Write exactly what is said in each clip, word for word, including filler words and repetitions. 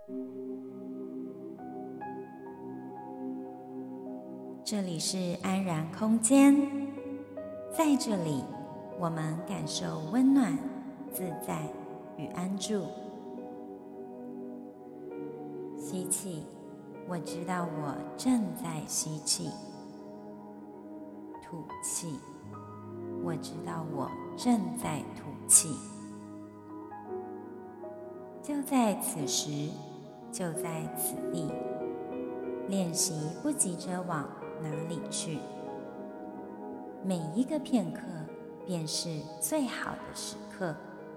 这里是安然空间，在这里我们感受温暖、自在与安住。吸气，我知道我正在吸气；吐气，我知道我正在吐气。就在此时，就在此地，练习不急着往哪里去，每一个片刻便是最好的时刻。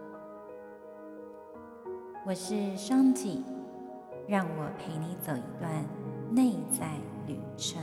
我是双体，让我陪你走一段内在旅程。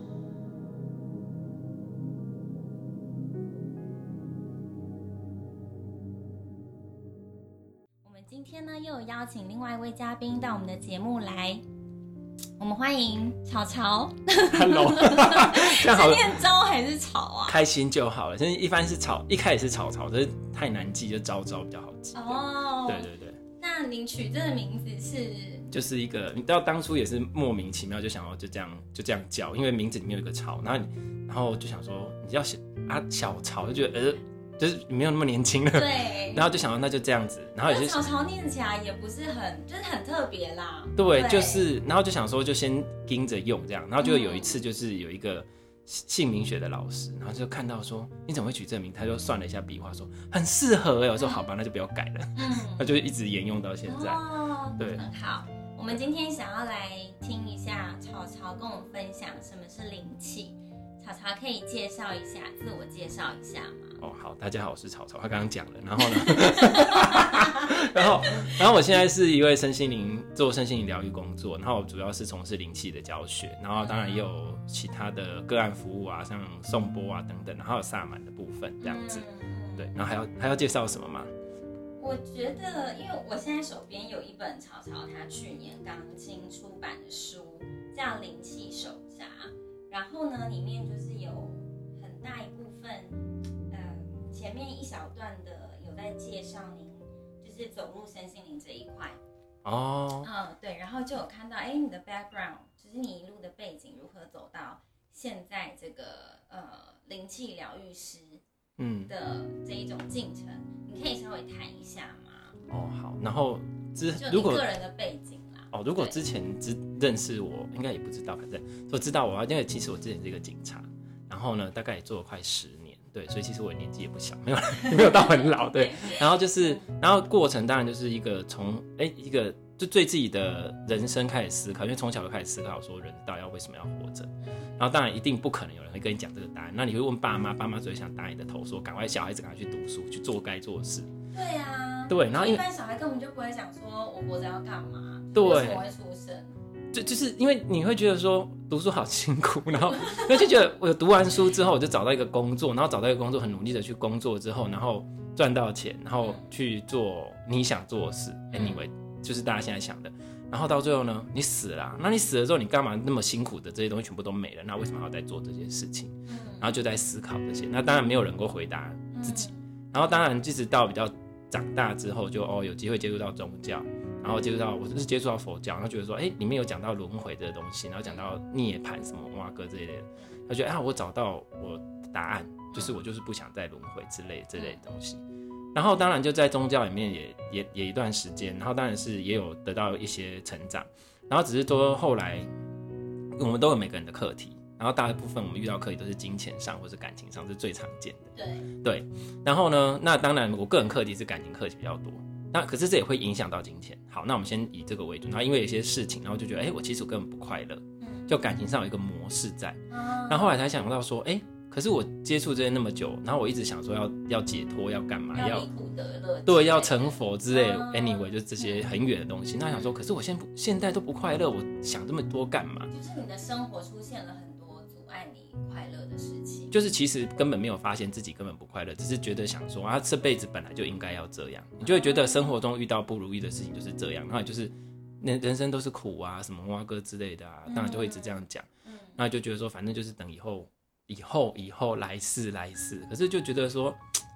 我们今天呢，又有邀请另外一位嘉宾到我们的节目来。我们欢迎草草。 Hello， 这样好了。 是念招还是草啊？ 开心就好了。现在一般是草，一开始是草草，但是太难记，就招招比较好记。哦，对对对。 那你取这个名字是？ 就是一个，你知道当初也是莫名其妙就想要就这样就这样叫，因为名字里面有一个草，然后然后就想说你叫小啊小草，就觉得呃。就是没有那么年轻了， 对， 然后就想到那就这样子，然后也是草草念起来也不是很，就是很特别啦。 对，对就是然后就想说就先盯着用这样，然后就有一次就是有一个姓名学的老师，然后就看到说你怎么会取这名，他就算了一下笔画说很适合哎，我说好吧，那就不要改了，嗯，他就一直沿用到现在。哦，对， 很好。我们今天想要来听一下草草跟我们分享什么是灵气。草草可以介绍一下，自我介绍一下吗？ 哦，好，大家好，我是草草，他刚刚讲了，然后呢，然后，然后我现在是一位身心灵做身心灵疗愈工作，然后我主要是从事灵气的教学，然后当然也有其他的个案服务啊，像颂钵啊等等，然后还有萨满的部分这样子，嗯、对，然后还要还要介绍什么吗？ 我觉得，因为我现在手边有一本草草他去年刚新出版的书，叫《灵气手札》。然后呢，里面就是有很大一部分，嗯，前面一小段的有在介绍您就是走入身心灵这一块哦，嗯，对，然后就有看到，哎，你的 background， 就是你一路的背景如何走到现在这个呃灵气疗愈师嗯的这一种进程，你可以稍微谈一下吗？ 哦，好，然后之就你个人的背景。 哦，如果之前只认识我，应该也不知道，反正我知道我，因为其实我之前是一个警察，然后呢，大概也做了快十年，对，所以其实我年纪也不小，没有没有到很老，对。然后就是，然后过程当然就是一个从哎一个就对自己的人生开始思考，因为从小就开始思考说人到底要为什么要活着，然后当然一定不可能有人会跟你讲这个答案，那你会问爸妈，爸妈只会想打你的头，说赶快小孩子赶快去读书，去做该做的事。 对啊， 对，然后一般小孩根本就不会想说我活着要干嘛。 对， 为什么会出生？ 就就是因为你会觉得说读书好辛苦，然后就觉得我读完书之后，我就找到一个工作，然后找到一个工作，很努力的去工作之后，然后赚到钱，然后去做你想做的事。Anyway， 就是大家现在想的。然后到最后呢，你死了、啊，那你死了之后，你干嘛那么辛苦的这些东西全部都没了？那为什么要再做这件事情？然后就在思考这些。那当然没有人能够回答自己。然后当然，即使到比较长大之后就，就哦有机会接触到宗教。然后接触到我就是接触到佛教，然后觉得说，哎，里面有讲到轮回这个东西，然后讲到涅槃什么哇哥这一类的，他觉得啊，我找到我的答案，就是我就是不想再轮回之类这类的东西。然后当然就在宗教里面也也也一段时间，然后当然是也有得到一些成长，然后只是说后来我们都有每个人的课题，然后大部分我们遇到课题都是金钱上或是感情上是最常见的。对对，然后呢，那当然我个人课题是感情课题比较多。那可是这也会影响到金钱。好，那我们先以这个为主。然后因为有些事情，然后就觉得，哎、欸，我其实我根本不快乐，就感情上有一个模式在。然后后来才想到说，哎、欸，可是我接触这些那么久，然后我一直想说要要解脱，要干嘛？ 要离苦得乐， 对，要成佛之类的。Anyway， 就是这些很远的东西。那想说，可是我现现在都不快乐，我想这么多干嘛？ 就是你的生活出现了很多阻碍你快乐的事情。 就是其实根本没有发现自己根本不快乐，只是觉得想说啊，这辈子本来就应该要这样，你就会觉得生活中遇到不如意的事情就是这样，然后就是人生都是苦啊，什么蛙哥之类的啊，当然就会一直这样讲，然后就觉得说反正就是等以后以后以后来世来世，可是就觉得说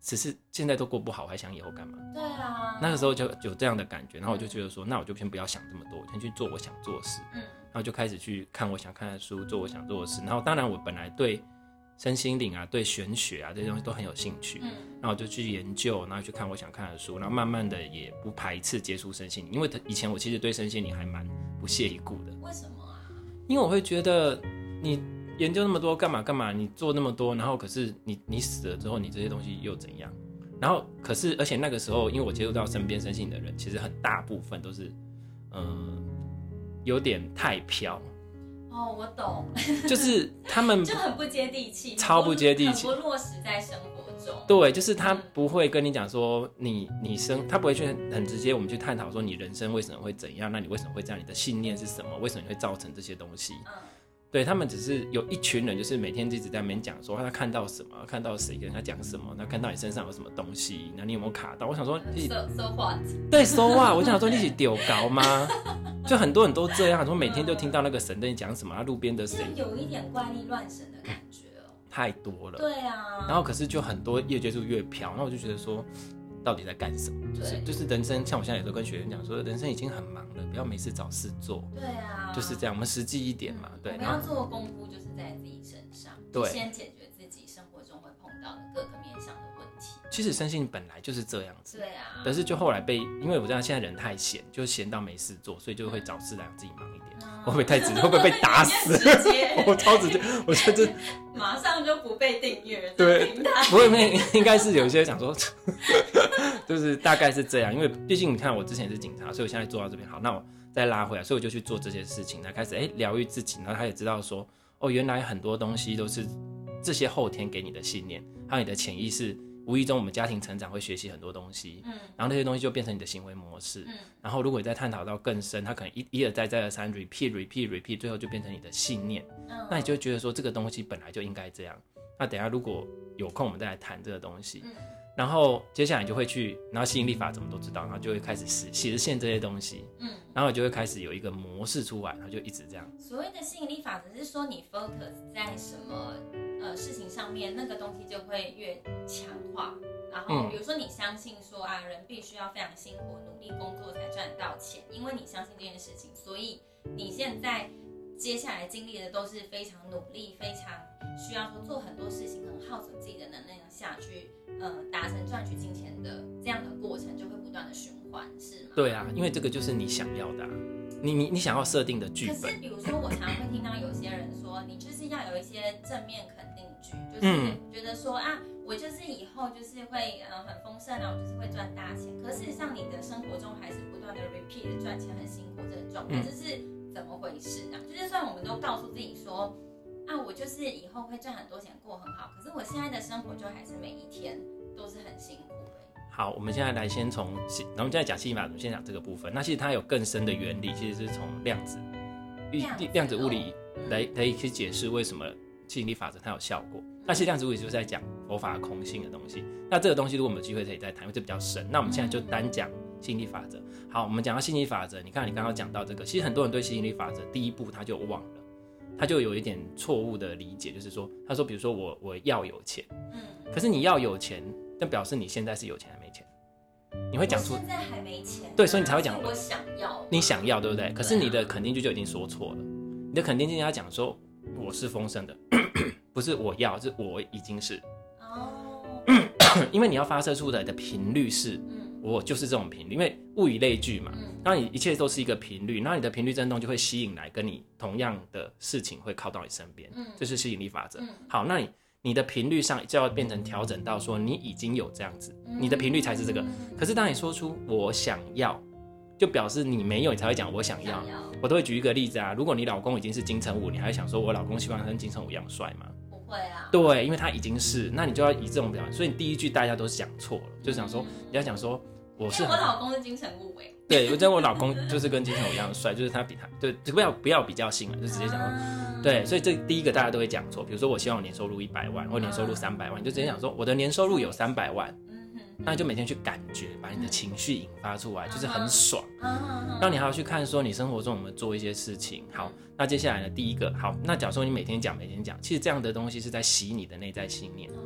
只是现在都过不好，我还想以后干嘛？ 对啊， 那个时候就有这样的感觉，然后我就觉得说，那我就先不要想这么多，我先去做我想做的事。嗯，然后就开始去看我想看的书，做我想做的事。然后当然我本来对身心灵啊、对玄学啊这些东西都很有兴趣，嗯，然后我就去研究，然后去看我想看的书，然后慢慢的也不排斥接触身心灵，因为以前我其实对身心灵还蛮不屑一顾的。 为什么啊？ 因为我会觉得你研究那么多干嘛干嘛，你做那么多，然后可是你你死了之后，你这些东西又怎样？然后可是而且那个时候，因为我接触到身边身心的人，其实很大部分都是，嗯，有点太飘。 哦，我懂， 就是他们就很不接地气， 超不接地气， 很不落实在生活中。 对，就是他不会跟你讲说你你生，他不会去很直接我们去探讨说你人生为什么会怎样，那你为什么会这样，你的信念是什么，为什么你会造成这些东西。嗯，对，他们只是有一群人，就是每天一直在那边讲说他看到什么，看到谁跟他讲什么，他看到你身上有什么东西，那你有没有卡到？我想说 ，so so what？ 对 ，so what？ 我想说你是丢高吗？就很多人都这样，说每天都听到那个神跟你讲什么，路边的谁， 有一点怪力乱神的感觉哦。 太多了。 对啊。 然后可是就很多越接触越飘，那我就觉得说，到底在干什么？就是就是人生，像我现在也都跟学员讲说，人生已经很忙了，不要没事找事做。 对啊。 就是这样，我们实际一点嘛。对。 我们要做的功夫就是在自己身上，对，先解决自己生活中会碰到的各个面向的问题。 其实身心本来就是这样子。 对啊。 可是就后来被，因为我知道现在人太闲，就闲到没事做，所以就会找事来让自己忙一点。嗯、会不会太直接？会不会被打死？我超直接，我觉得马上就不被订阅。 对，不会，应该是有一些想说，就是大概是这样。因为毕竟你看，我之前也是警察，所以我现在做到这边好，那我再拉回来，所以我就去做这些事情，来开始哎疗愈自己。然后他也知道说，哦，原来很多东西都是这些后天给你的信念，还有你的潜意识。无意中，我们家庭成长会学习很多东西，嗯，然后那些东西就变成你的行为模式，嗯，然后如果你再探讨到更深，它可能一一而再再而三 repeat repeat repeat， 最后就变成你的信念，嗯，那你就觉得说这个东西本来就应该这样。那等一下如果有空，我们再来谈这个东西，嗯，然后接下来你就会去，然后吸引力法怎么都知道，然后就会开始实实现这些东西，嗯，然后你就会开始有一个模式出来，然后就一直这样。 所谓的吸引力法则是说你 focus 在什么呃事情上面，那个东西就会越强化。然后比如说你相信说啊，人必须要非常辛苦努力工作才赚得到钱，因为你相信这件事情，所以你现在接下来经历的都是非常努力，非常需要说做很多事情，很耗损自己的能量下去，呃，达成赚取金钱的这样的过程，就会不断的循环，是吗？ 对啊，因为这个就是你想要的、啊，你你你想要设定的剧本。 可是比如说，我常常会听到有些人说，你就是要有一些正面肯定句，就是觉得说、嗯、啊，我就是以后就是会呃很丰盛啊，我就是会赚大钱。可事实上，你的生活中还是不断的 repeat 赚钱很辛苦这个状态，这是怎么回事啊？就是虽然我们都告诉自己说。啊，我就是以后会赚很多钱，过很好。可是我现在的生活就还是每一天都是很辛苦的。 好，我们现在来先从，然后我们现在讲吸引力法则，我们先讲这个部分。那其实它有更深的原理，其实是从量子、量子, 量子物理来来去解释为什么吸引力法则它有效果。那其实量子物理就是在讲佛法空性的东西。那这个东西如果我们有机会可以再谈，因为这比较深。那我们现在就单讲吸引力法则。好，我们讲到吸引力法则，你看你刚刚讲到这个，其实很多人对吸引力法则第一步他就忘了。他就有一点错误的理解，就是说，他说，比如说我我要有钱，嗯，可是你要有钱，但表示你现在是有钱还没钱，你会讲出现在还没钱， 对，所以你才会讲我想要， 你想要，对不对？可是你的肯定句就已经说错了，你的肯定句要讲说我是丰盛的，不是我要，是我已经是哦，因为你要发射出来的频率是。嗯我就是这种频率，因为物以类聚嘛，那、嗯、你一切都是一个频率，那你的频率振动就会吸引来跟你同样的事情会靠到你身边，嗯，这是吸引力法则。嗯、好，那你你的频率上就要变成调整到说你已经有这样子，嗯、你的频率才是这个。可是当你说出我想要，就表示你没有，你才会讲我想要。我都会举一个例子啊，如果你老公已经是金城武，你还会想说我老公希望他跟金城武一样帅吗？ 不会啊。 对，因为他已经是，那你就要以这种表现。所以你第一句大家都讲错了，就想说、嗯、你要讲说。我是因为我老公是金城武哎， 对，我觉得我老公就是跟金城武一样帅，就是他比他，对，不要不要比较性了，就直接讲说，啊、对，所以这第一个大家都会讲错，比如说我希望我年收入一百万或年收入三百万，你就直接讲说我的年收入有三百万，嗯、那你就每天去感觉，把你的情绪引发出来，就是很爽，然后你还要去看说你生活中有没有做一些事情。好，那接下来呢，第一个，好，那假如说你每天讲每天讲，其实这样的东西是在洗你的内在信念。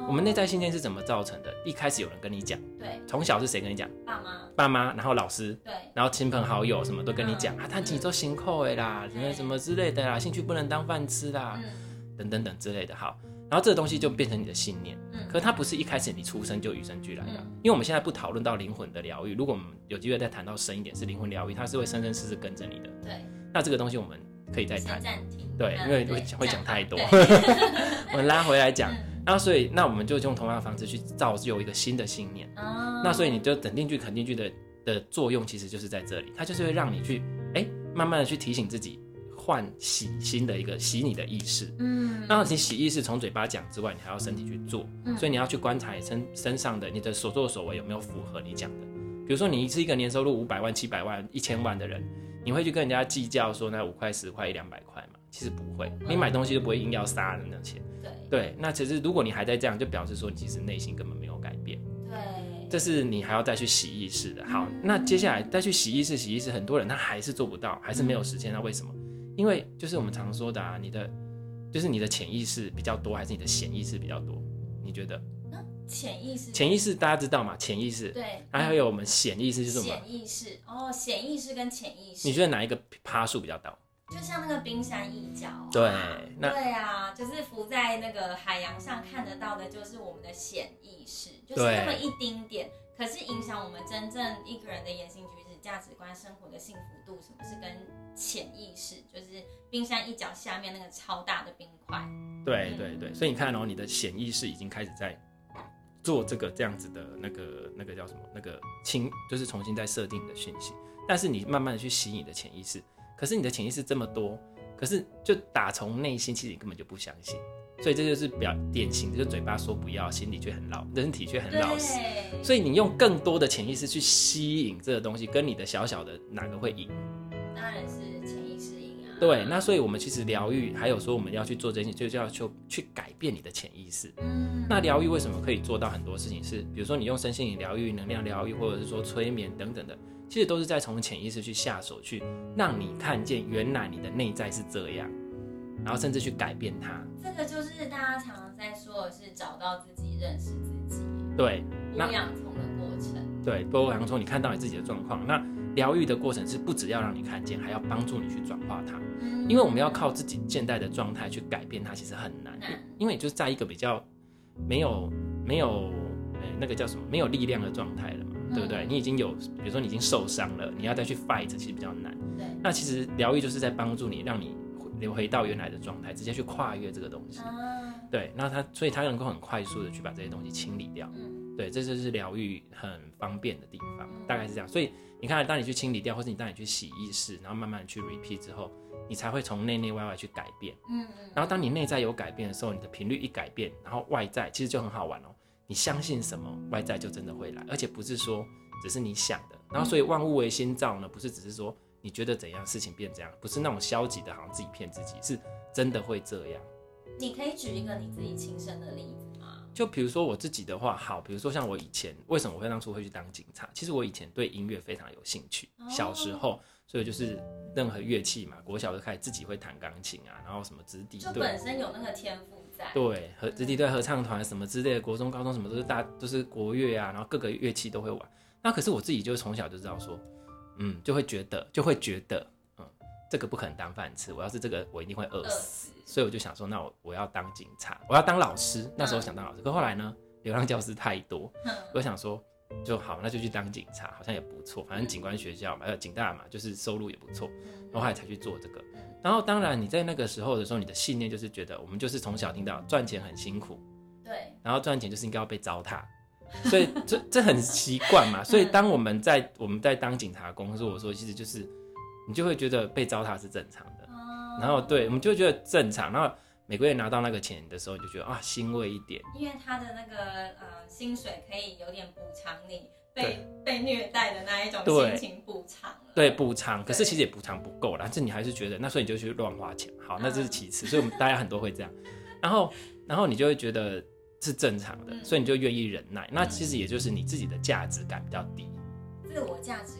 我们内在信念是怎么造成的？一开始有人跟你讲， 对， 从小是谁跟你讲？ 爸妈， 爸妈，然后老师， 对， 然后亲朋好友什么都跟你讲、嗯、啊，探亲做辛苦的啦，什么什么之类的啦，兴趣不能当饭吃啦，嗯、等等等之类的。好，然后这个东西就变成你的信念。嗯，可是它不是一开始你出生就与生俱来的，嗯、因为我们现在不讨论到灵魂的疗愈，如果我们有机会再谈到深一点，是灵魂疗愈，它是会生生世世跟着你的。 对， 那这个东西我们可以再谈。 暂停。 对，因为会会讲太多，我们拉回来讲。嗯，然后所以那我们就用同样的方式去造就一个新的信念。哦，那所以你就肯定句肯定句的的作用其实就是在这里，它就是会让你去哎慢慢的去提醒自己唤洗新的一个洗你的意识。嗯，那你洗意识从嘴巴讲之外，你还要身体去做。嗯，所以你要去观察身身上的你的所作所为有没有符合你讲的。比如说你是一个年收入五百万、七百万、一千万的人，你会去跟人家计较说那五块、十块、一两百块吗？其实不会，你买东西就不会硬要杀人的钱。对对，那其实如果你还在这样，就表示说你其实内心根本没有改变。对，这是你还要再去洗意识的。好，那接下来再去洗意识，洗意识，很多人他还是做不到，还是没有实现。那为什么？因为就是我们常说的啊，你的就是你的潜意识比较多，还是你的显意识比较多？你觉得？ 潜意识， 潜意识大家知道嘛？潜意识， 对， 还有我们显意识就是什么？ 显意识哦，显意识跟潜意识， 你觉得哪一个趴数比较高？ 就像那个冰山一角、啊， 对，那对啊，就是浮在那个海洋上看得到的，就是我们的显意识，就是那么一丁点，可是影响我们真正一个人的言行举止、价值观、生活的幸福度，什么是跟潜意识，就是冰山一角下面那个超大的冰块。 对对对，所以你看哦，你的显意识已经开始在做这个这样子的那个那个叫什么？那个清，就是重新再设定的讯息，但是你慢慢的去洗你的潜意识。可是你的潜意识这么多，可是就打从内心，其实你根本就不相信，所以这就是比较典型的，就嘴巴说不要，心里却很老，人体却很老实。所以你用更多的潜意识去吸引这个东西，跟你的小小的哪个会赢？ 当然是潜意识赢啊。 对，那所以我们其实疗愈，还有说我们要去做这些，就叫去去改变你的潜意识。嗯，那疗愈为什么可以做到很多事情是，比如说你用身心灵疗愈、能量疗愈，或者是说催眠等等的。其实都是在从潜意识去下手，去让你看见原来你的内在是这样，然后甚至去改变它。 这个就是大家常常在说的是找到自己、认识自己。 对， 剥洋葱的过程。 对，剥洋葱，你看到你自己的状况。那疗愈的过程是不只要让你看见，还要帮助你去转化它。嗯，因为我们要靠自己现在的状态去改变它，其实很难。难，因为你就是在一个比较没有没有、欸、那个叫什么没有力量的状态了嘛。对不对？你已经有，比如说你已经受伤了，你要再去 fight， 其实比较难。对。那其实疗愈就是在帮助你，让你回回到原来的状态，直接去跨越这个东西。啊、对。那它，所以它能够很快速的去把这些东西清理掉。嗯。对，这就是疗愈很方便的地方，嗯、大概是这样。所以你看，当你去清理掉，或是你当你去洗意识，然后慢慢的去 repeat 之后，你才会从内内外外去改变。嗯嗯。然后当你内在有改变的时候，你的频率一改变，然后外在其实就很好玩哦。你相信什么，外在就真的会来，而且不是说只是你想的。然后，所以万物唯心造呢，不是只是说你觉得怎样，事情变这样，不是那种消极的，好像自己骗自己，是真的会这样。 你可以举一个你自己亲身的例子吗？ 就比如说我自己的话，好，比如说像我以前为什么我会当初会去当警察？其实我以前对音乐非常有兴趣，哦、小时候，所以就是任何乐器嘛，国小就开始自己会弹钢琴啊，然后什么直笛， 就本身有那个天赋。 对，和直笛队、合唱团什么之类的，国中、高中什么都是大，都是国乐啊，然后各个乐器都会玩。那可是我自己就从小就知道说，嗯，就会觉得，就会觉得，嗯，这个不可能当饭吃，我要是这个，我一定会饿死。所以我就想说，那我我要当警察，我要当老师。那时候想当老师，可后来呢，流浪教师太多，我想说，就好，那就去当警察，好像也不错，反正警官学校嘛，警大嘛，就是收入也不错，然后后来才去做这个。然后当然你在那个时候的时候，你的信念就是觉得我们就是从小听到赚钱很辛苦， 对， 然后赚钱就是应该要被糟蹋，所以这这很习惯嘛。所以当我们在我们在当警察工作的时候，其实就是你就会觉得被糟蹋是正常的，哦、然后对我们就会觉得正常，然后每个月拿到那个钱的时候，你就觉得啊欣慰一点， 因为他的那个呃薪水可以有点补偿你被被虐待的那一种心情补偿了， 对，补偿。可是其实也补偿不够啦，但是你还是觉得，那所以你就去乱花钱，好，那这是其次。所以我们大家很多会这样，然后然后你就会觉得是正常的，所以你就愿意忍耐。那其实也就是你自己的价值感比较低， 自我价值感低，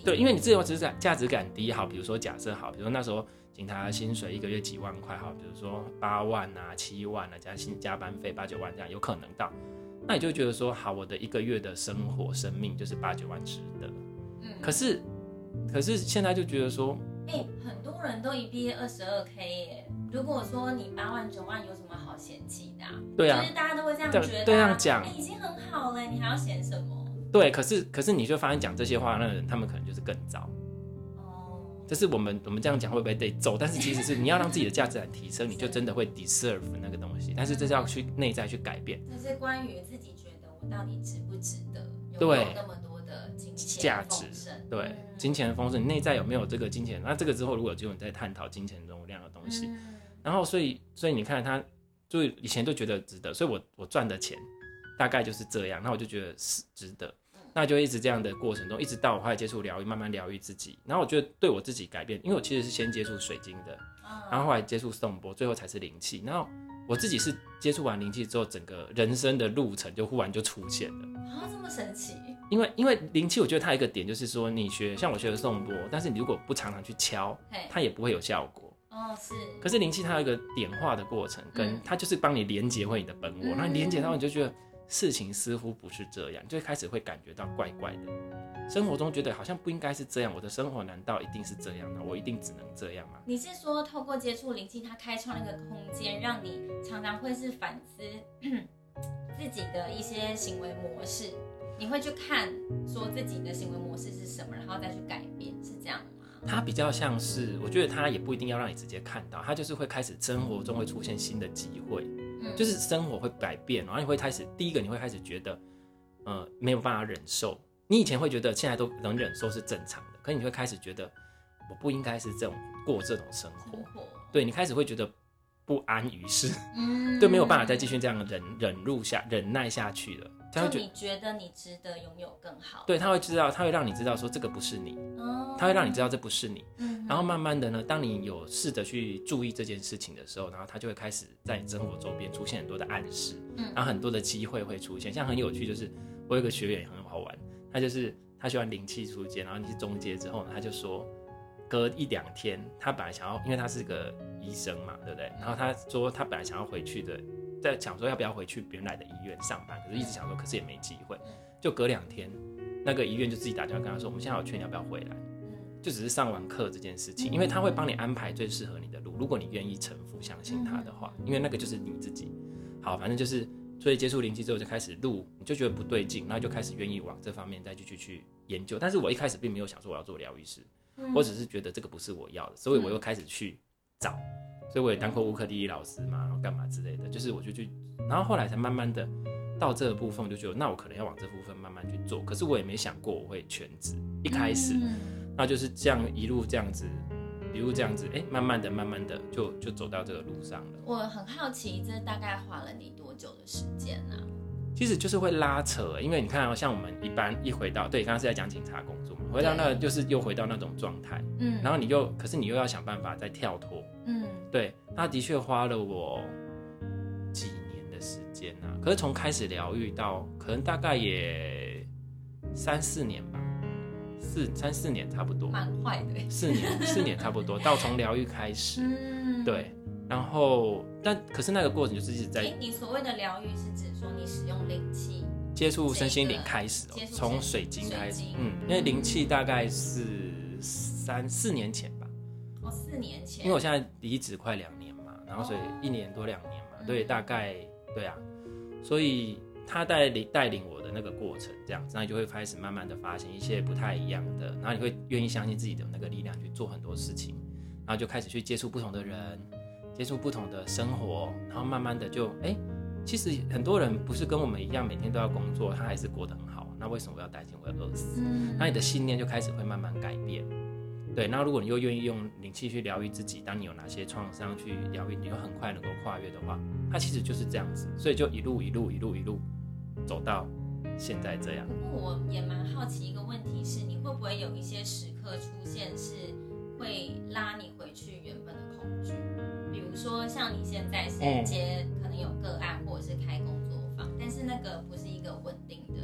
对，因为你自由值感价值感低，好，比如说假设好，比如说那时候警察的薪水一个月几万块，好，比如说八万啊、七万啊，加薪加班费八九万这样，有可能到，那你就觉得说，好，我的一个月的生活生命就是八九万值得。嗯，可是可是现在就觉得说， 哎、欸，很多人都一毕业二十二 K 耶。如果说你八万九万有什么好嫌弃的、啊？对啊，就是大家都会这样觉得、啊， 这样讲、 欸，已经很好了，你还要嫌什么？ 对，可是可是你就发现讲这些话的那个人，他们可能就是更糟。哦，就是我们我们这样讲会不会得揍？但是其实是你要让自己的价值感提升，你就真的会 deserve 那个东西。但是这是要去内在去改变。 这是关于自己觉得我到底值不值得，有没有那么多的金钱价值？对，嗯、金钱的丰盛，你内在有没有这个金钱？那这个之后，如果只有你在探讨金钱容量的东西，嗯、然后所以所以你看他，就以前都觉得值得，所以我我赚的钱大概就是这样，那我就觉得是值得。那就一直这样的过程中，一直到我后来接触疗愈，慢慢疗愈自己。然后我觉得对我自己改变，因为我其实是先接触水晶的，然后后来接触颂钵，最后才是灵气。然后我自己是接触完灵气之后，整个人生的路程就忽然就出现了。 啊，这么神奇！ 因为因为灵气，我觉得它有一个点就是说，你学像我学的颂钵，但是你如果不常常去敲，它也不会有效果。 哦，是。 可是灵气它有一个点化的过程，跟它就是帮你连接回你的本我，那、嗯、你连接到你就觉得。事情似乎不是这样，就开始会感觉到怪怪的。生活中觉得好像不应该是这样，我的生活难道一定是这样吗？我一定只能这样吗？ 你是说透过接触灵气，它开创一个空间，让你常常会是反思自己的一些行为模式，你会去看说自己的行为模式是什么，然后再去改变，是这样的吗？ 它比较像是，我觉得它也不一定要让你直接看到，它就是会开始生活中会出现新的机会。就是生活会改变，然后你会开始，第一个你会开始觉得，呃，没有办法忍受。你以前会觉得现在都能忍受是正常的，可是你会开始觉得，我不应该是这种过这种生活。生活对你开始会觉得不安于世，嗯，对，没有办法再继续这样忍忍入下忍耐下去了。 就你觉得你值得拥有更好？ 对，他会知道，他会让你知道说这个不是你，哦、他会让你知道这不是你。嗯，然后慢慢的呢，当你有试着去注意这件事情的时候，然后他就会开始在你生活周边出现很多的暗示，嗯，然后很多的机会会出现。像很有趣，就是我有一个学员也很好玩，他就是他喜欢灵气出街，然后你是中介之后呢，他就说隔一两天，他本来想要，因为他是个医生嘛，对不对？然后他说他本来想要回去的。在想说要不要回去原来的医院上班，可是一直想说，可是也没机会。就隔两天，那个医院就自己打电话跟他说：“我们现在有缺，你要不要回来？”就只是上完课这件事情，因为他会帮你安排最适合你的路，如果你愿意臣服相信他的话，因为那个就是你自己。好，反正就是，所以接触灵气之后就开始录，你就觉得不对劲，然后就开始愿意往这方面再继续去研究。但是我一开始并没有想说我要做疗愈师，我只是觉得这个不是我要的，所以我又开始去找。所以我也当过乌克丽丽老师嘛，然后干嘛之类的，就是我就去，然后后来才慢慢的到这个部分，我就觉得那我可能要往这部分慢慢去做。可是我也没想过我会全职，一开始，嗯、那就是这样一路这样子，一路这样子，哎，慢慢的、慢慢的就就走到这个路上了。 我很好奇，这大概花了你多久的时间呢、啊？ 其实就是会拉扯，因为你看、哦，像我们一般一回到，对，刚刚是在讲警察工作嘛，回到那个就是又回到那种状态，嗯，然后你又，可是你又要想办法再跳脱，嗯，对，他的确花了我几年的时间啊，可是从开始疗愈到，可能大概也三四年吧，四三四年差不多， 蛮快的， 四年四年差不多，到从疗愈开始，嗯，对。然后，但可是那个过程就是一直在。 你所谓的疗愈是指说你使用灵气接触身心灵开始哦，从水晶开始，嗯，因为灵气大概是三四年前吧。 哦，四年前。 因为我现在离职快两年嘛，然后所以一年多两年嘛，对，大概对啊，所以他带领带领我的那个过程，这样子，那你就会开始慢慢的发现一些不太一样的，然后你会愿意相信自己的那个力量去做很多事情，然后就开始去接触不同的人。接触不同的生活，然后慢慢的就哎，其实很多人不是跟我们一样每天都要工作，他还是过得很好，那为什么我要担心我会饿死？嗯，那你的信念就开始会慢慢改变，对。那如果你又愿意用灵气去疗愈自己，当你有哪些创伤去疗愈，你又很快能够跨越的话，它其实就是这样子，所以就一路一路一路一路走到现在这样。 不过我也蛮好奇一个问题是，你会不会有一些时刻出现是会拉你回去原本的恐惧？比如说像你现在是接可能有个案或者是开工作坊，但是那个不是一个稳定的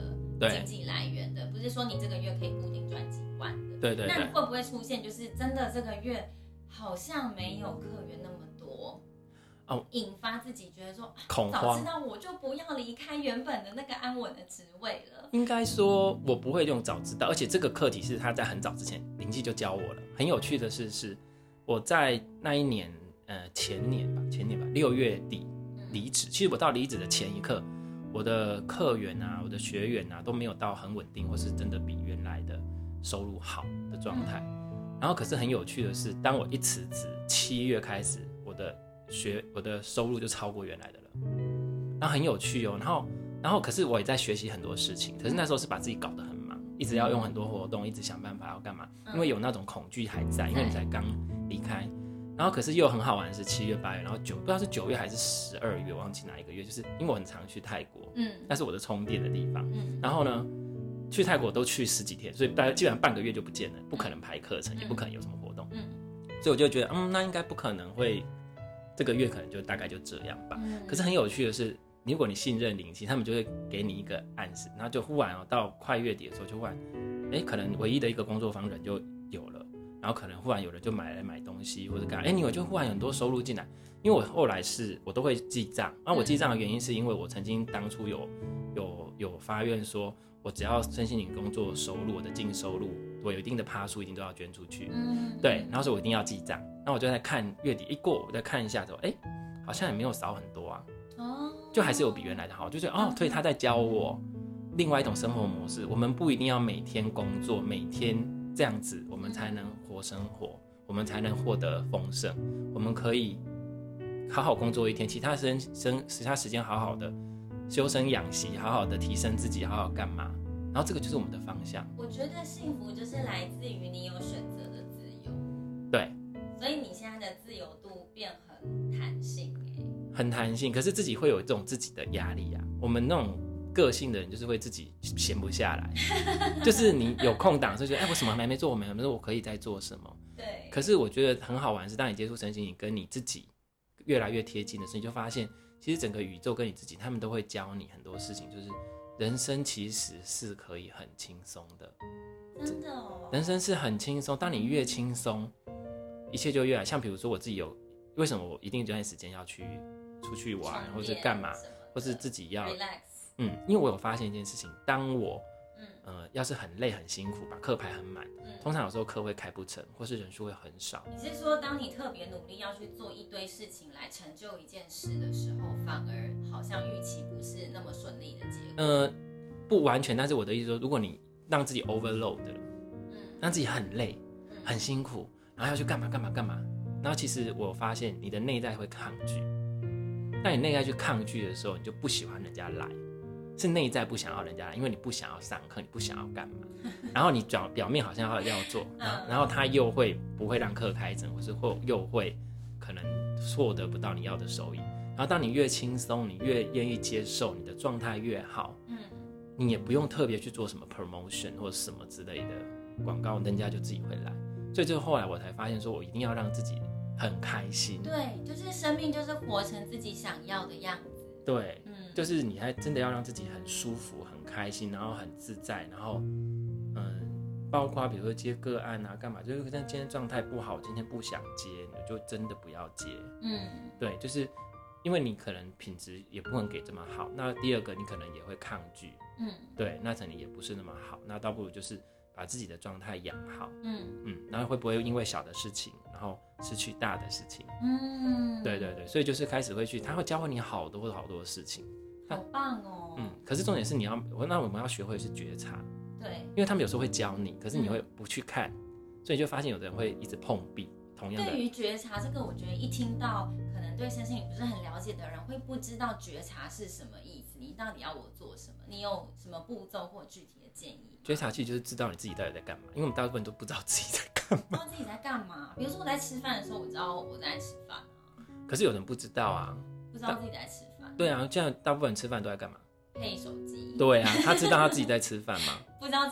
经济来源的，不是说你这个月可以固定赚几万的。 对对对。 那你会不会出现就是真的这个月好像没有客源那么多？哦，引发自己觉得说恐慌， 早知道我就不要离开原本的那个安稳的职位了。 应该说，我不会用早知道，而且这个课题是他在很早之前灵气就教我了。很有趣的是，是我在那一年，呃，前年吧，前年吧，六月底离职。其实我到离职的前一刻，我的客源啊，我的学员啊，都没有到很稳定，或是真的比原来的收入好的状态。然后，可是很有趣的是，当我一辞职，七月开始，我的学我的收入就超过原来的了，然后很有趣哦。然后，然后可是我也在学习很多事情，可是那时候是把自己搞得很忙，一直要用很多活动，一直想办法要干嘛，因为有那种恐惧还在，因为你才刚离开。然后可是又很好玩的是七月八月，然后九不知道是九月还是十二月，忘记哪一个月，就是因为我很常去泰国，嗯，那是我的充电的地方，嗯，然后呢，去泰国都去十几天，所以大概基本上半个月就不见了，不可能排课程，也不可能有什么活动，嗯，所以我就觉得，嗯，那应该不可能会。这个月可能就大概就这样吧。嗯、可是很有趣的是，如果你信任灵气，他们就会给你一个暗示，然后就忽然、哦、到快月底的时候，就忽然，哎，可能唯一的一个工作坊人就有了，然后可能忽然有人就买来买东西或者干，哎，你就忽然有很多收入进来。因为我后来是我都会记账，那我记账的原因是因为我曾经当初有有有发愿说，我只要身心灵工作收入，我的净收入，我有一定的趴数一定都要捐出去。嗯，对，然后所以我一定要记账。那我就在看月底一过，我再看一下之后，哎，好像也没有少很多啊。哦，就还是有比原来的好，就觉得哦，所以他在教我另外一种生活模式。我们不一定要每天工作，每天这样子，我们才能活生活，我们才能获得丰盛。我们可以好好工作一天，其他时间其他时间好好的修身养息，好好的提升自己，好好干嘛？然后这个就是我们的方向。 我觉得幸福就是来自于你有选择的自由。 对。 所以你现在的自由度变很弹性耶。 很弹性，可是自己会有这种自己的压力啊。我们那种个性的人就是会自己闲不下来，就是你有空档就觉得，哎，我什么还没做，我没做，我可以再做什么？ 对。 可是我觉得很好玩是，当你接触身心灵，跟你自己越来越贴近的时候，你就发现，其实整个宇宙跟你自己，他们都会教你很多事情，就是人生其实是可以很轻松的。 真的哦。 人生是很轻松，当你越轻松，一切就越来。像比如说我自己有，为什么我一定有段时间要去出去玩，或是干嘛，或是自己要 relax。 嗯，因为我有发现一件事情，当我嗯呃要是很累很辛苦，把课排很满，嗯、通常有时候课会开不成，或是人数会很少。 你是说，当你特别努力要去做一堆事情来成就一件事的时候，反而好像预期不是那么顺利的结果？ 呃，不完全，但是我的意思说，如果你让自己 overload 了，嗯，让自己很累、很辛苦，然后要去干嘛干嘛干嘛，然后其实我发现你的内在会抗拒。当你内在去抗拒的时候，你就不喜欢人家来。是内在不想要人家来，因为你不想要上课，你不想要干嘛，然后你表表面好像要要做，然后他又会不会让课开成，或是或又会可能获得不到你要的收益。然后当你越轻松，你越愿意接受，你的状态越好，嗯，你也不用特别去做什么 promotion 或者什么之类的广告，人家就自己会来。所以就后来我才发现，说我一定要让自己很开心。 对，就是生命就是活成自己想要的样子。 对，嗯，就是你还真的要让自己很舒服、很开心，然后很自在，然后，嗯，包括比如说接个案啊，干嘛，就是但今天状态不好，今天不想接，你就真的不要接，嗯，对，就是因为你可能品质也不能给这么好，那第二个你可能也会抗拒，嗯，对，那可能也不是那么好，那倒不如就是把自己的状态养好，嗯嗯，然后会不会因为小的事情，然后失去大的事情，嗯，对对对，所以就是开始会去，他会教会你好多好多的事情， 好棒哦， 嗯，可是重点是你要，那我们要学会是觉察， 对， 因为他们有时候会教你，可是你会不去看，嗯、所以就发现有的人会一直碰壁，同样的。 对于觉察这个，我觉得一听到可能对身心灵不是很了解的人，会不知道觉察是什么意思，你到底要我做什么？你有什么步骤或具体的建议？ 觉察其实就是知道你自己到底在干嘛，因为我们大部分都不知道自己在干嘛。 不知道自己在干嘛？比如说我在吃饭的时候，我知道我在吃饭啊。 可是有人不知道啊， 不知道自己在吃饭。 对啊，这样大部分人吃饭都在干嘛？ 配手机。 对啊，他知道他自己在吃饭吗？ 不知道自己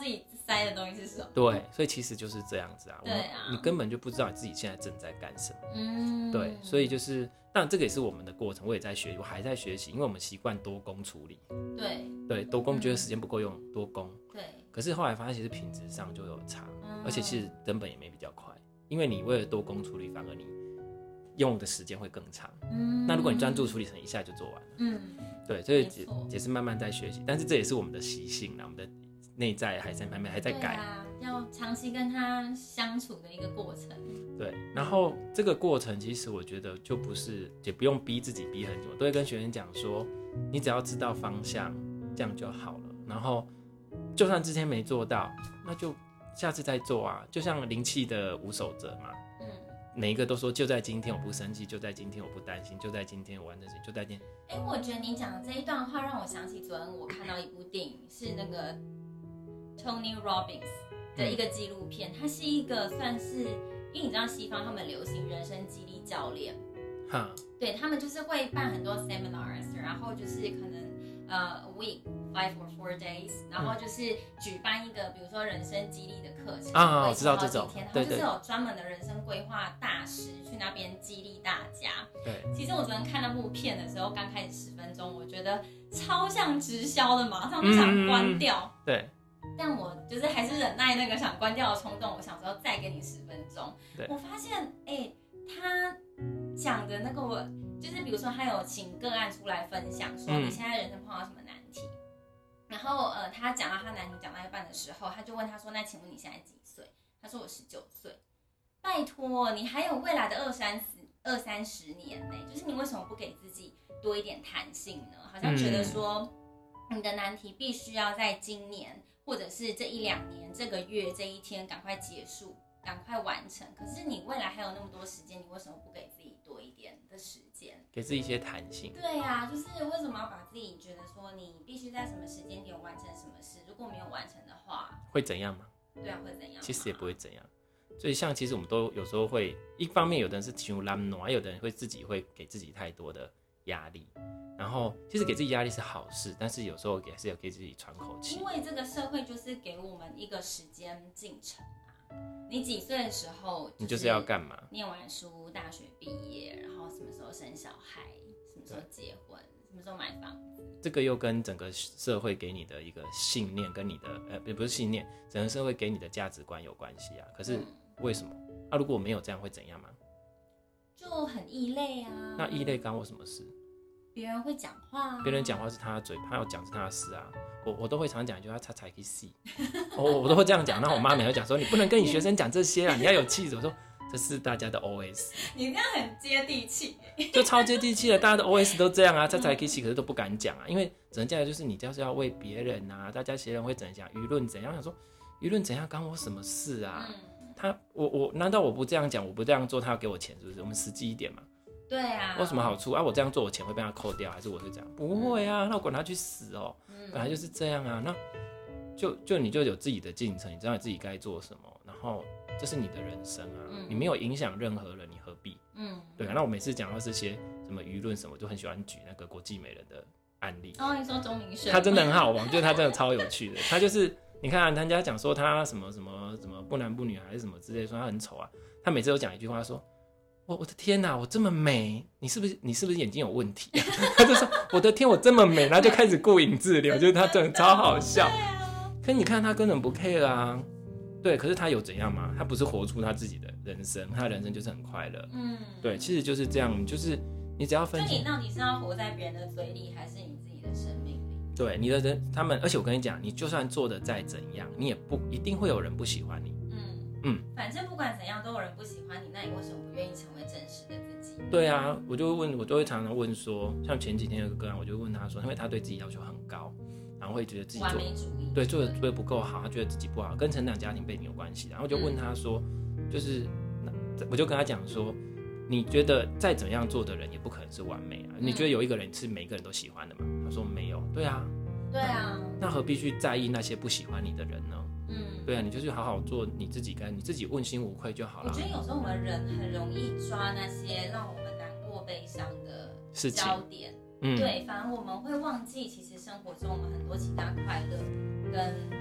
塞的东西是什么。 对，所以其实就是这样子啊。 对啊， 你根本就不知道你自己现在正在干什么。 嗯， 对，所以就是当然这个也是我们的过程，我也在学，我还在学习，因为我们习惯多工处理。 对对，多工觉得时间不够用，多工。 对。 可是后来发现其实品质上就有差， 嗯、 而且其实根本也没比较快，因为你为了多工处理，反而你用的时间会更长。嗯，那如果你专注处理，可能一下就做完了。嗯，对，所以也是慢慢在学习，但是这也是我们的习性啦，我们的内在还在慢慢还在改。 对啊，要长期跟他相处的一个过程。 对，然后这个过程其实我觉得就不是，也不用逼自己逼很久，我都会跟学生讲说，你只要知道方向，这样就好了。然后就算之前没做到，那就下次再做啊。就像灵气的五守则嘛，嗯，每一个都说就在今天我不生气，就在今天我不担心，就在今天我完成事情，就在今天。 哎、欸，我觉得你讲的这一段话让我想起昨天我看到一部电影，是那个 Tony Robbins 的一个纪录片，它是一个算是，因为你知道西方他们流行人生激励教练，哈，对他们就是会办很多 seminars， 然后就是可能呃 a week five or four days， 然后就是举办一个比如说人生激励的课程啊，我知道这种， 然后就是有专门的人生规划大师去那边激励大家。 对， 其实我昨天看那部片的时候，刚开始十分钟，我觉得超像直销的，马上就想关掉。 嗯、对。 但我就是还是忍耐那个想关掉的冲动，我想说再给你十分钟。我发现，哎、欸，他讲的那个，我就是比如说他有请个案出来分享，说你现在人生碰到什么难题，嗯、然后呃，他讲到他难题讲到一半的时候，他就问他说：“那请问你现在几岁？”他说：“我十九岁。”拜托，你还有未来的二三十二三十年呢，就是你为什么不给自己多一点弹性呢？好像觉得说你的难题必须要在今年。或者是这一两年、这个月、这一天赶快结束、赶快完成。可是你未来还有那么多时间，你为什么不给自己多一点的时间？ 给自己一些弹性。 对啊，就是为什么要把自己觉得说你必须在什么时间点完成什么事？如果没有完成的话， 会怎样吗？ 对啊，会怎样？ 其实也不会怎样。所以像其实我们都有时候会，一方面有的人是情绪拉诺，有的人会自己会给自己太多的压力。然后其实给自己压力是好事，但是有时候也是要给自己喘口气。 因为这个社会就是给我们一个时间进程啊。你几岁的时候， 你就是要干嘛？ 念完书，大学毕业，然后什么时候生小孩，什么时候结婚，什么时候买房子。 这个又跟整个社会给你的一个信念，跟你的呃不是信念，整个社会给你的价值观有关系啊。可是为什么？嗯、啊，如果没有这样会怎样吗？ 就很异类啊。 那异类干我什么事？ 别人会讲话、啊， 别人讲话是他的嘴，他要讲是他的事啊。我我都会常讲一句话，他才可以细。我我都会这样讲。那我妈每次讲说，你不能跟你学生讲这些啊，你要有气质。我说这是大家的 O S。 你这样很接地气， 就超接地气的，大家的 O S 都这样啊，他才可以细，可是都不敢讲啊，因为整个就是你就是要为别人啊，大家别人会怎样讲，舆论怎样，想说舆论怎样干我什么事啊？嗯、他我我难道我不这样讲，我不这样做，他要给我钱是不是？我们实际一点嘛。 对啊， 有什么好处啊？我这样做，我钱会被他扣掉，还是我会这样？不会啊，那我管他去死哦、喔嗯！本来就是这样啊，那就就你就有自己的进程，你知道你自己该做什么，然后这是你的人生啊，嗯、你没有影响任何人，你何必？嗯，对啊。那我每次讲到这些什么舆论什么，就很喜欢举那个国际美人的案例。 哦，你说钟明轩， 他真的很好玩，我觉得他真的超有趣的。他就是你看人家讲说他什么什么什么不男不女还是什么之类，说他很丑啊，他每次都讲一句话说。我我的天哪，我这么美，你是不是你是不是眼睛有问题、啊？他就说我的天，我这么美，然后就开始顾影自怜，我觉得他真的超好笑。可是你看他根本不 care 啊，对，可是他有怎样吗？他不是活出他自己的人生，他的人生就是很快乐。嗯，对，其实就是这样，就是你只要分清， 就你到底是要活在别人的嘴里，还是你自己的生命里？ 对，你的人，他们，而且我跟你讲，你就算做的再怎样，你也不一定会有人不喜欢你。 嗯，反正不管怎样都有人不喜欢你，那你为什么不愿意成为真实的自己？ 对啊，我就会问，我就会常常问说，像前几天有个个案，我就问他说，因为他对自己要求很高，然后会觉得自己做完美主义， 对做的做的不够好，他觉得自己不好，跟成长家庭背景有关系。然后就问他说，嗯、就是，我就跟他讲说，你觉得再怎样做的人也不可能是完美啊？嗯、你觉得有一个人是每个人都喜欢的吗？他说没有。对啊， 对啊， 那何必去在意那些不喜欢你的人呢？嗯，对啊，你就是好好做你自己，跟你自己问心无愧就好了。 我觉得有时候我们人很容易抓那些让我们难过、悲伤的焦点，对，反而我们会忘记，其实生活中我们很多其他快乐跟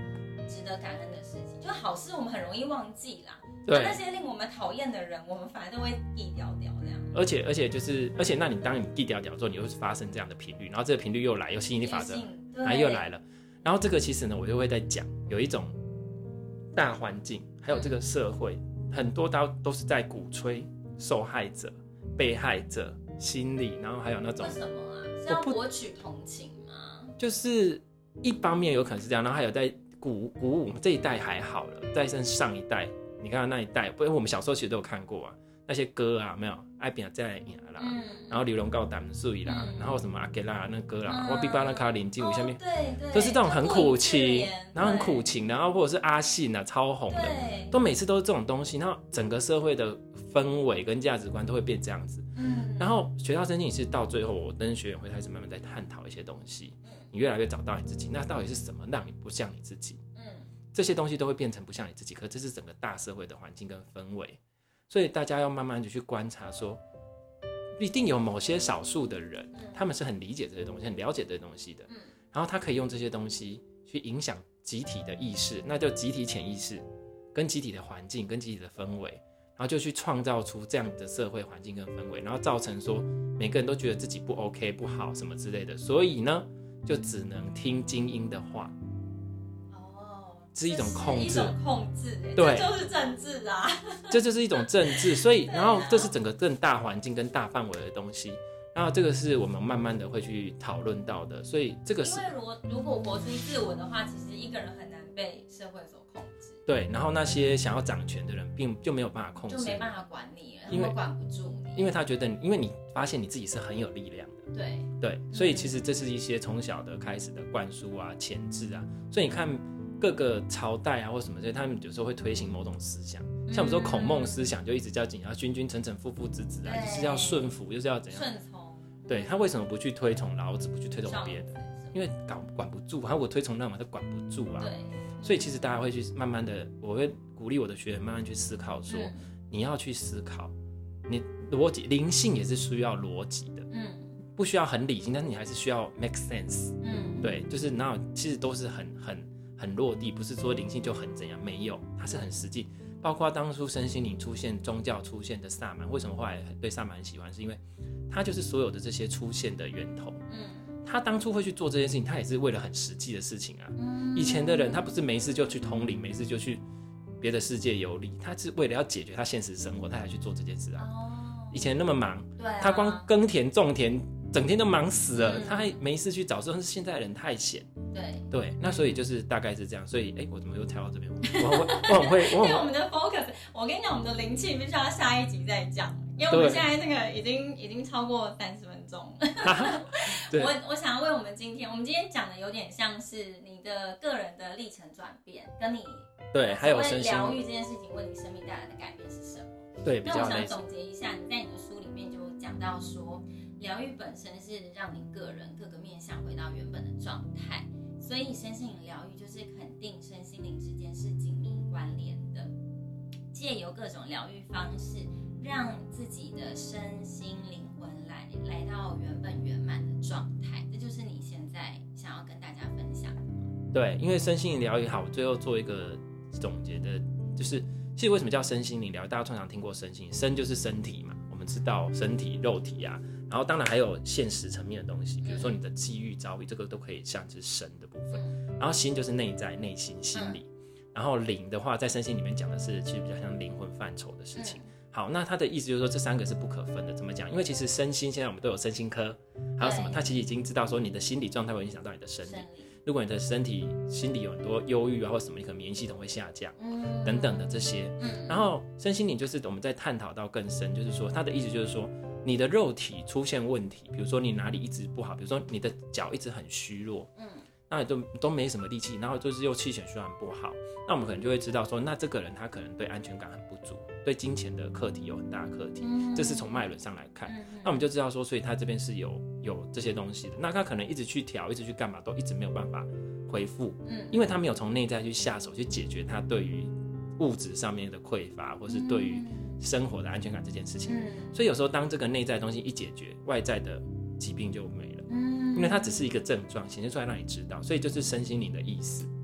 值得感恩的事情，就好事我们很容易忘记啦。 对， 那些令我们讨厌的人，我们反而都会避掉掉这样。 而且而且就是，而且那你当你避掉掉之后，你又发生这样的频率，然后这个频率又来，又吸引力法则，然后又来了。然后这个其实呢，我就会在讲有一种大环境，还有这个社会，嗯、很多都都是在鼓吹受害者、被害者心理，然后还有那种为什么啊？是要博取同情吗？ 就是一方面有可能是这样，然后还有在鼓鼓舞这一代还好了，再剩上一代。你看那一代，不，我们小时候其实都有看过啊，那些歌啊，没有爱拼再来赢啦，嗯、然后刘龙告胆水啦，嗯、然后什么阿给拉那歌啦，我比巴那卡林进入下面， 对对， 都是这种很苦情，然后很苦情，然后或者是阿信啊超红的，都每次都是这种东西，然后整个社会的氛围跟价值观都会变这样子。嗯，然后学到身心灵是到最后，我跟学员会开始慢慢在探讨一些东西，你越来越找到你自己，那到底是什么让你不像你自己？这些东西都会变成不像你自己，可这是整个大社会的环境跟氛围，所以大家要慢慢的去观察说，一定有某些少数的人，他们是很理解这些东西，很了解这些东西的，然后他可以用这些东西去影响集体的意识，那就集体潜意识跟集体的环境跟集体的氛围，然后就去创造出这样的社会环境跟氛围，然后造成说每个人都觉得自己不 OK 不好什么之类的，所以呢就只能听精英的话。是一种控制， 一种控制， 对， 这就是政治啊， 这就是一种政治，所以，然后这是整个更大环境跟大范围的东西，然后这个是我们慢慢的会去讨论到的，所以这个是， 因为如果如果活出自我的话，其实一个人很难被社会所控制， 对，然后那些想要掌权的人，并就没有办法控制， 就没办法管你了， 因为管不住你， 因为他觉得，因为你发现你自己是很有力量的， 对对，所以其实这是一些从小的开始的灌输啊、钳制啊，所以你看。各个朝代啊，或什么这，他们有时候会推行某种思想，像我们说孔孟思想，就一直叫你要君君臣臣父父子子啊，就是要顺服，就是要怎样顺从。 对，他为什么不去推崇老子，不去推崇别的？因为搞管不住，他如果推崇那么，他管不住啊。 对， 所以其实大家会去慢慢的，我会鼓励我的学员慢慢去思考说，嗯、你要去思考，你逻辑灵性也是需要逻辑的，嗯，不需要很理性，但是你还是需要 make sense，嗯，对，就是那其实都是很很。很落地，不是说灵性就很怎样，没有，它是很实际。包括当初身心灵出现、宗教出现的萨满，为什么后来对萨满很喜欢？是因为它就是所有的这些出现的源头。嗯，他当初会去做这件事情，他也是为了很实际的事情啊。嗯，以前的人他不是没事就去通灵，没事就去别的世界游历，他是为了要解决他现实生活，他才去做这件事啊。哦，以前那么忙， 对啊， 他光耕田种田。整天都忙死了，嗯、他还没事去找，说是现在人太闲。 对对，那所以就是大概是这样。所以，哎，我怎么又跳到这边？我很会，我很会，我很因为我们的 focus， 我跟你讲，我们的灵气必须要下一集再讲，因为我们现在那个已经已经超过三十分钟。我我想要为我们今天，我们今天讲的有点像是你的个人的历程转变，跟你对还有身心疗愈这件事情为你生命带来的改变是什么？ 对，比较那我想总结一下，你在你的书里面就讲到说。疗愈本身是让你个人各个面向回到原本的状态，所以身心灵疗愈就是肯定身心灵之间是紧密关联的，借由各种疗愈方式，让自己的身心灵魂来来到原本圆满的状态，这就是你现在想要跟大家分享的吗？ 对，因为身心灵疗愈好，我最后做一个总结的，就是其实为什么叫身心灵疗愈？大家通常听过身心，身就是身体嘛，我们知道身体、肉体啊。然后当然还有现实层面的东西，比如说你的际遇遭遇，这个都可以像是神的部分。然后心就是内在、内心、心理。然后灵的话，在身心里面讲的是其实比较像灵魂范畴的事情。好，那他的意思就是说这三个是不可分的。怎么讲？因为其实身心现在我们都有身心科，还有什么？他其实已经知道说你的心理状态会影响到你的生理。如果你的身体心理有很多忧郁啊或什么，你可能免疫系统会下降，等等的这些。然后身心灵就是我们在探讨到更深，就是说他的意思就是说。你的肉体出现问题，比如说你哪里一直不好，比如说你的脚一直很虚弱，嗯，那都都没什么力气，然后就是又气血循环不好，那我们可能就会知道说，那这个人他可能对安全感很不足，对金钱的课题有很大的课题，嗯、这是从脉轮上来看，嗯、那我们就知道说，所以他这边是有有这些东西的，那他可能一直去调，一直去干嘛，都一直没有办法恢复，嗯，因为他没有从内在去下手去解决他对于物质上面的匮乏，或是对于生活的安全感这件事情，嗯、所以有时候当这个内在的东西一解决，外在的疾病就没了，嗯、因为它只是一个症状显现出来让你知道，所以就是身心灵的意思。 我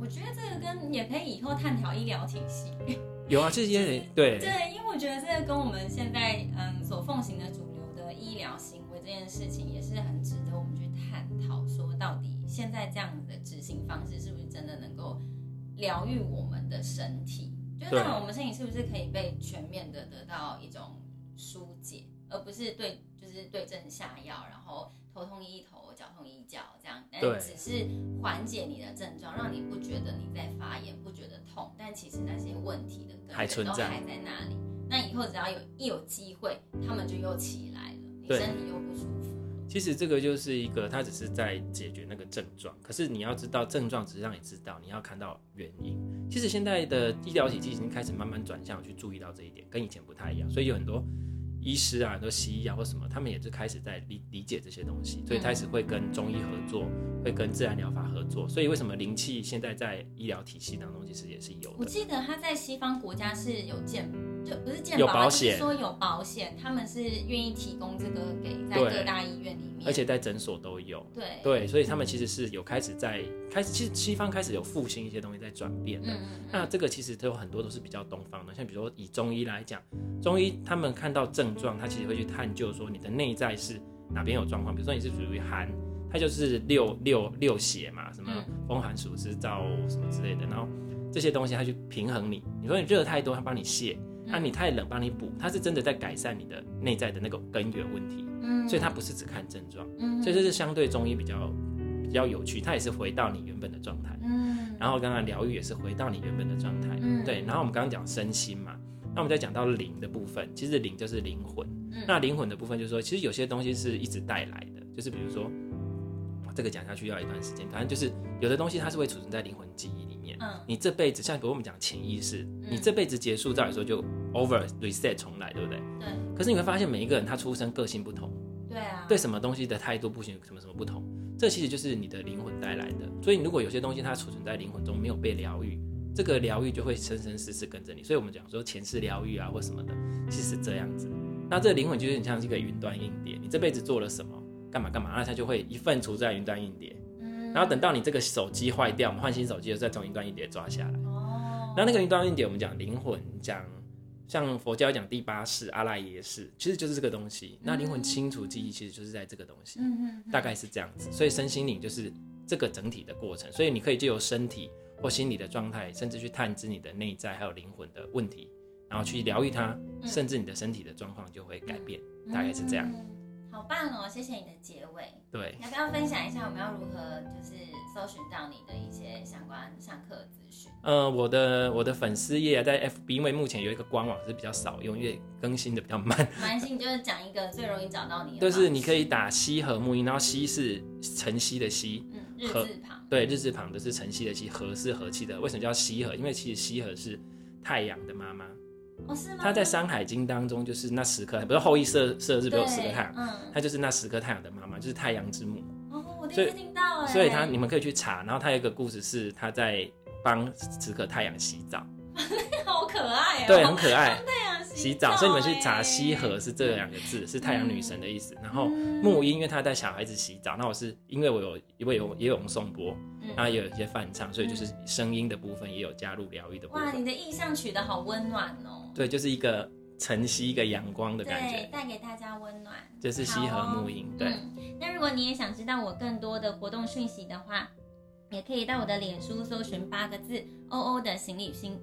我觉得这个跟也可以以后探讨医疗体系。 有啊，这些对对，因为我觉得这个跟我们现在嗯所奉行的主流的医疗行为这件事情，也是很值得我们去探讨，说到底现在这样子的执行方式是不是真的能够疗愈我们的身体？就是那我们身体是不是可以被全面的得到一种疏解，而不是对就是对症下药，然后头痛医头，脚痛医脚这样，但只是缓解你的症状，让你不觉得你在发炎，不觉得痛，但其实那些问题的根源都还在那里。那以后只要有一有机会，他们就又起来了，你身体又不舒服。 其实这个就是一个，它只是在解决那个症状，可是你要知道症状只是让你知道，你要看到原因。其实现在的医疗体系已经开始慢慢转向去注意到这一点，跟以前不太一样，所以有很多医师啊，很多西医啊或什么，他们也是开始在 理, 理解这些东西，所以开始会跟中医合作，会跟自然疗法合作。所以为什么灵气现在在医疗体系当中其实也是有的。 我记得他在西方国家是有健，就不是健保， 有保险， 就是说有保险，他们是愿意提供这个给在各大医院里面， 而且在诊所都有。 对对，所以他们其实是有开始在开始，其实西方开始有复兴一些东西在转变的。嗯嗯嗯，那这个其实都有很多都是比较东方的，像比如说以中医来讲，中医他们看到症状，他其实会去探究说你的内在是哪边有状况，比如说你是属于寒，它就是六六六邪嘛，什么风寒暑湿燥什么之类的，然后这些东西它去平衡你。你说你热太多，它帮你泻。那、啊、你太冷帮你补，它是真的在改善你的内在的那个根源问题，嗯，所以它不是只看症状，嗯，所以这是相对中医比较比较有趣，它也是回到你原本的状态，嗯，然后刚刚疗愈也是回到你原本的状态，嗯，对，然后我们刚刚讲身心嘛，那我们再讲到灵的部分，其实灵就是灵魂，嗯，那灵魂的部分就是说，其实有些东西是一直带来的，就是比如说这个讲下去要一段时间，反正就是有的东西它是会储存在灵魂记忆里面，嗯，你这辈子像比如我们讲潜意识，嗯，你这辈子结束照理说就 over reset 重来，对不对？对。可是你会发现每一个人他出生个性不同， 对啊， 对什么东西的态度不行，什么什么不同，这其实就是你的灵魂带来的。所以如果有些东西它储存在灵魂中没有被疗愈，这个疗愈就会生生世世跟着你。所以我们讲说前世疗愈啊或什么的，其实是这样子。那这个灵魂就有点像是一个云端硬碟，你这辈子做了什么？干嘛干嘛，那它就会一份储在云端硬碟，嗯，然后等到你这个手机坏掉，我们换新手机的时候再从云端硬碟抓下来。哦，然后那个云端硬碟我们讲灵魂，讲像佛教讲第八世阿赖耶识，其实就是这个东西。那灵魂清除记忆其实就是在这个东西，嗯，大概是这样子。所以身心灵就是这个整体的过程，所以你可以藉由身体或心理的状态，甚至去探知你的内在还有灵魂的问题，然后去疗愈它，嗯，甚至你的身体的状况就会改变，嗯，大概是这样。 好棒哦，谢谢你的结尾。 对， 要不要分享一下我们要如何就是搜寻到你的一些相关上课资讯？ 呃，我的我的粉丝页在 F B， 因为目前有一个官网是比较少用，因为更新的比较慢。 没关系，你就是讲一个最容易找到你的。 就是你可以打西和木音，然后西是晨曦的曦， 嗯，日字旁。对， 日字旁的是晨曦的曦，和是和气的。为什么叫西和？因为其实西和是太阳的妈妈。 哦，是吗？ 它在《山海经》当中就是那十颗，不是后羿射射日不是有十颗太阳，嗯，它就是那十颗太阳的妈妈，就是太阳之母。 哦，我第一次听到哎。 所以它你们可以去查，然后它有一个故事是他在帮十颗太阳洗澡， 好可爱哦。 对，很可爱。 太阳洗澡，所以你们去查西和是这两个字，是太阳女神的意思。然后木音，因为他带小孩子洗澡，那我是因为我有因为有也有颂钵，然后也有一些翻唱，所以就是声音的部分也有加入疗愈的部分。 哇，你的意象取得好温暖哦。 对，就是一个晨曦，一个阳光的感觉， 对，带给大家温暖。 就是西和木音，对、 嗯。那如果你也想知道我更多的活动讯息的话，也可以到我的脸书搜寻八个字欧欧的行旅新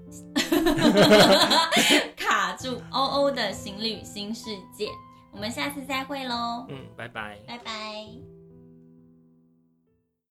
卡住欧欧的行旅新世界。我们下次再会咯。 嗯，拜拜， 拜拜。